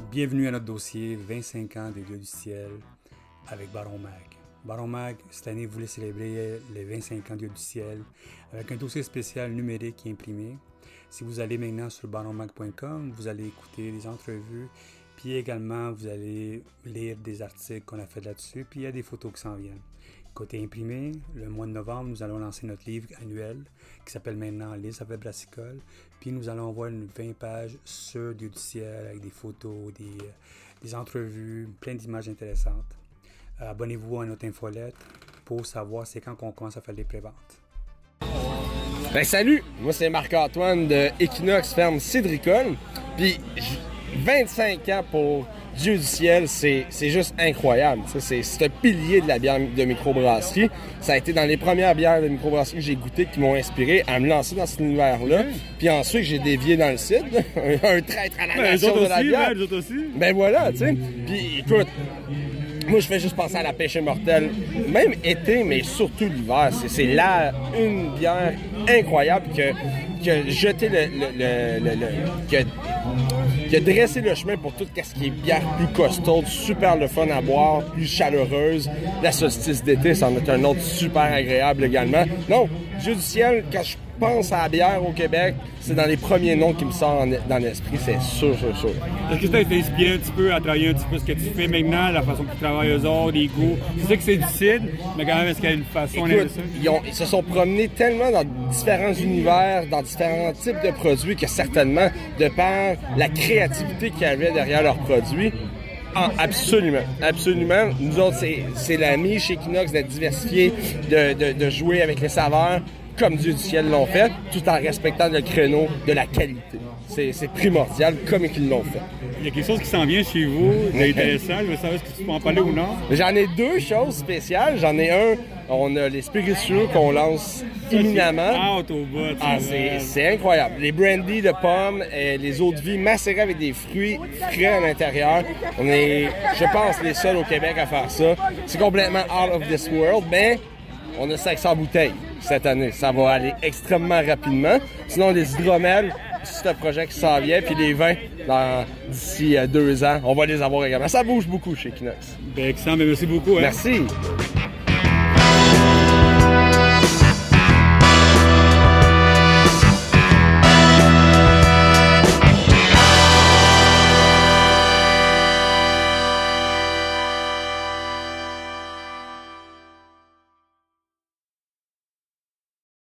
Bienvenue à notre dossier 25 ans des Dieux du ciel avec Baron Mag. Baron Mag, cette année, voulait célébrer les 25 ans des Dieux du ciel avec un dossier spécial numérique et imprimé. Si vous allez maintenant sur baronmag.com, vous allez écouter des entrevues, puis également vous allez lire des articles qu'on a fait là-dessus, puis il y a des photos qui s'en viennent. Côté imprimé, le mois de novembre, nous allons lancer notre livre annuel qui s'appelle maintenant Les Affaires Brassicole. Puis nous allons avoir une 20 pages sur Dieu du ciel avec des photos, des entrevues, plein d'images intéressantes. Abonnez-vous à notre infolette pour savoir c'est quand qu'on commence à faire les préventes. Ben salut, moi c'est Marc-Antoine de Equinox Ferme Cidricole. Puis 25 ans pour Dieu du ciel, c'est juste incroyable. C'est un pilier de la bière de microbrasserie. Ça a été dans les premières bières de microbrasserie que j'ai goûtées qui m'ont inspiré à me lancer dans cet univers-là. Puis ensuite, j'ai dévié dans le cidre, un traître à la nation de la bière. Les autres aussi. Ben voilà, tu sais. Puis écoute, moi je fais juste penser à la pêche immortelle, même été, mais surtout l'hiver. C'est là une bière incroyable qui a jeté qui a dressé le chemin pour tout ce qui est bière plus costaude, super le fun à boire, plus chaleureuse. La solstice d'été, ça en est un autre super agréable également. Non, Dieu du ciel, quand je pense à la bière au Québec, c'est dans les premiers noms qui me sortent dans l'esprit, c'est sûr. Est-ce que tu as été inspiré un petit peu à travailler un petit peu ce que tu fais maintenant, la façon que tu travailles eux autres, les goûts? Je sais que c'est difficile, mais quand même, est-ce qu'il y a une façon de ça? Ils se sont promenés tellement dans différents univers, dans différents types de produits que certainement, de par la créativité qu'il y avait derrière leurs produits, absolument. Nous autres, c'est la niche chez Equinox d'être diversifié, de jouer avec les saveurs, comme Dieu du ciel l'ont fait, tout en respectant le créneau de la qualité. C'est primordial, comme ils l'ont fait. Il y a quelque chose qui s'en vient chez vous, d'intéressant. Je veux savoir si tu peux en parler ou non. J'en ai deux choses spéciales. J'en ai un, on a les spiritueux qu'on lance imminemment. C'est incroyable. Les brandy de pommes, les eaux de vie macérées avec des fruits frais à l'intérieur. On est, je pense, les seuls au Québec à faire ça. C'est complètement out of this world, mais on a 500 bouteilles cette année. Ça va aller extrêmement rapidement. Sinon, les hydromels, c'est un projet qui s'en vient. Puis les vins, d'ici 2 ans, on va les avoir également. Ça bouge beaucoup chez Equinox. Ben, excellent. Merci beaucoup. Merci.